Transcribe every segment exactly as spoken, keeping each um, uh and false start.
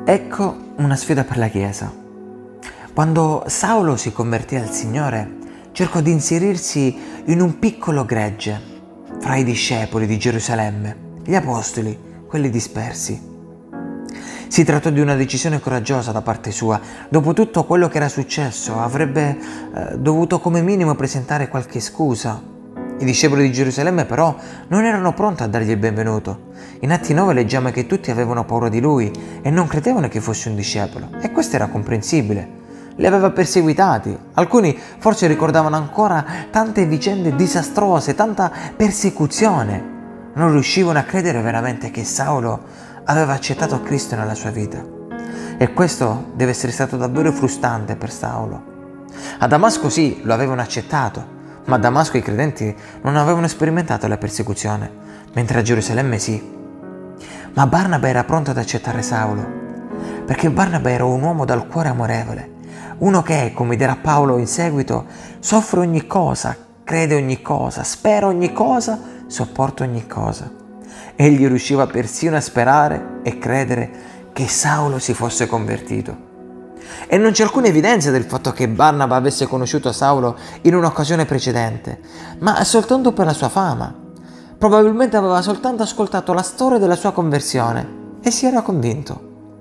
Ecco una sfida per la Chiesa. Quando Saulo si convertì al Signore, cercò di inserirsi in un piccolo gregge fra i discepoli di Gerusalemme, gli apostoli, quelli dispersi. Si trattò di una decisione coraggiosa da parte sua. Dopo tutto quello che era successo, avrebbe eh, dovuto come minimo presentare qualche scusa. I discepoli di Gerusalemme però non erano pronti a dargli il benvenuto. In Atti nove leggiamo che tutti avevano paura di lui e non credevano che fosse un discepolo, e questo era comprensibile. Li aveva perseguitati. Alcuni forse ricordavano ancora tante vicende disastrose, tanta persecuzione. Non riuscivano a credere veramente che Saulo aveva accettato Cristo nella sua vita. E questo deve essere stato davvero frustrante per Saulo. A Damasco sì, lo avevano accettato, ma a Damasco i credenti non avevano sperimentato la persecuzione, mentre a Gerusalemme sì. Ma Barnaba era pronto ad accettare Saulo, perché Barnaba era un uomo dal cuore amorevole, uno che, come dirà Paolo in seguito, soffre ogni cosa, crede ogni cosa, spera ogni cosa, sopporta ogni cosa. Egli riusciva persino a sperare e credere che Saulo si fosse convertito. E non c'è alcuna evidenza del fatto che Barnaba avesse conosciuto Saulo in un'occasione precedente, ma soltanto per la sua fama. Probabilmente aveva soltanto ascoltato la storia della sua conversione e si era convinto.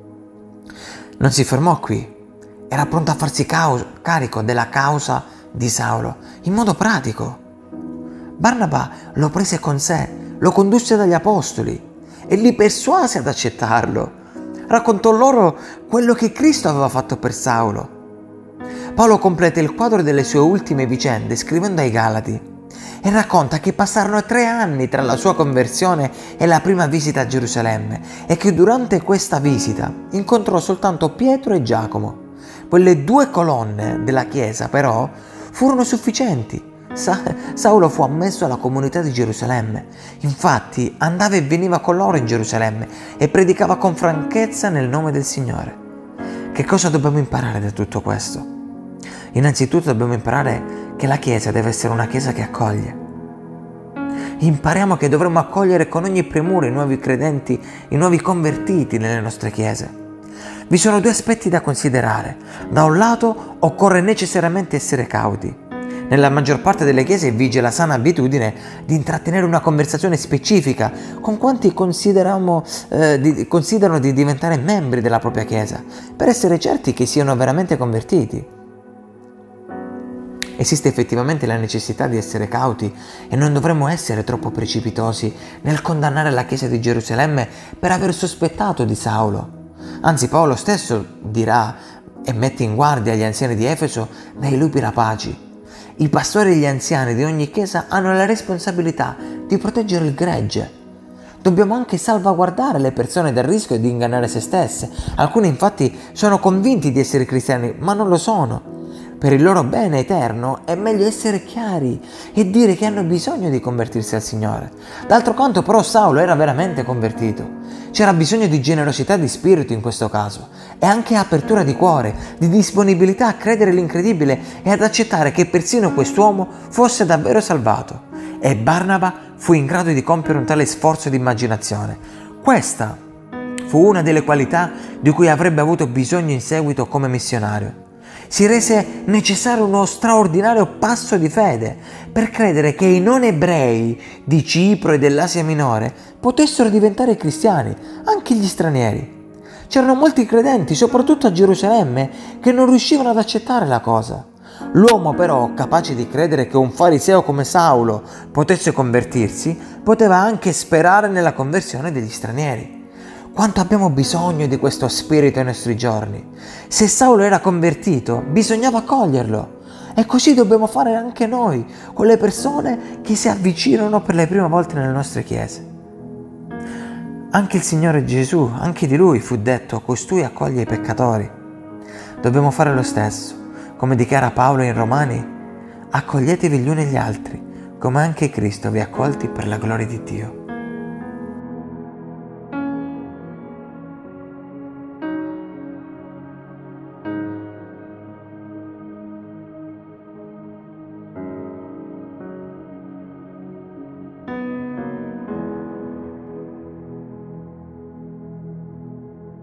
Non si fermò qui, era pronto a farsi causa, carico della causa di Saulo in modo pratico. Barnaba lo prese con sé, lo condusse dagli apostoli e li persuase ad accettarlo. Raccontò loro quello che Cristo aveva fatto per Saulo. Paolo completa il quadro delle sue ultime vicende scrivendo ai Galati e racconta che passarono tre anni tra la sua conversione e la prima visita a Gerusalemme e che durante questa visita incontrò soltanto Pietro e Giacomo. Quelle due colonne della Chiesa però furono sufficienti. Sa- Saulo fu ammesso alla comunità di Gerusalemme. Infatti andava e veniva con loro in Gerusalemme e predicava con franchezza nel nome del Signore. Che cosa dobbiamo imparare da tutto questo? Innanzitutto dobbiamo imparare che la Chiesa deve essere una Chiesa che accoglie. Impariamo che dovremmo accogliere con ogni premura i nuovi credenti, i nuovi convertiti nelle nostre chiese. Vi sono due aspetti da considerare. Da un lato occorre necessariamente essere cauti. Nella maggior parte delle chiese vige la sana abitudine di intrattenere una conversazione specifica con quanti consideriamo, eh, di, considerano di diventare membri della propria chiesa, per essere certi che siano veramente convertiti. Esiste effettivamente la necessità di essere cauti e non dovremmo essere troppo precipitosi nel condannare la chiesa di Gerusalemme per aver sospettato di Saulo. Anzi, Paolo stesso dirà e mette in guardia gli anziani di Efeso dai lupi rapaci. I pastori e gli anziani di ogni chiesa hanno la responsabilità di proteggere il gregge. Dobbiamo anche salvaguardare le persone dal rischio di ingannare se stesse. Alcuni infatti sono convinti di essere cristiani, ma non lo sono. Per il loro bene eterno è meglio essere chiari e dire che hanno bisogno di convertirsi al Signore. D'altro canto però Saulo era veramente convertito. C'era bisogno di generosità di spirito in questo caso e anche apertura di cuore, di disponibilità a credere l'incredibile e ad accettare che persino quest'uomo fosse davvero salvato. E Barnaba fu in grado di compiere un tale sforzo di immaginazione. Questa fu una delle qualità di cui avrebbe avuto bisogno in seguito come missionario. Si rese necessario uno straordinario passo di fede per credere che i non ebrei di Cipro e dell'Asia Minore potessero diventare cristiani, anche gli stranieri. C'erano molti credenti, soprattutto a Gerusalemme, che non riuscivano ad accettare la cosa. L'uomo però, capace di credere che un fariseo come Saulo potesse convertirsi, poteva anche sperare nella conversione degli stranieri. Quanto abbiamo bisogno di questo spirito ai nostri giorni. Se Saulo era convertito, bisognava accoglierlo. E così dobbiamo fare anche noi, con le persone che si avvicinano per le prime volte nelle nostre chiese. Anche il Signore Gesù, anche di Lui fu detto, costui accoglie i peccatori. Dobbiamo fare lo stesso, come dichiara Paolo in Romani, accoglietevi gli uni gli altri, come anche Cristo vi ha accolti per la gloria di Dio.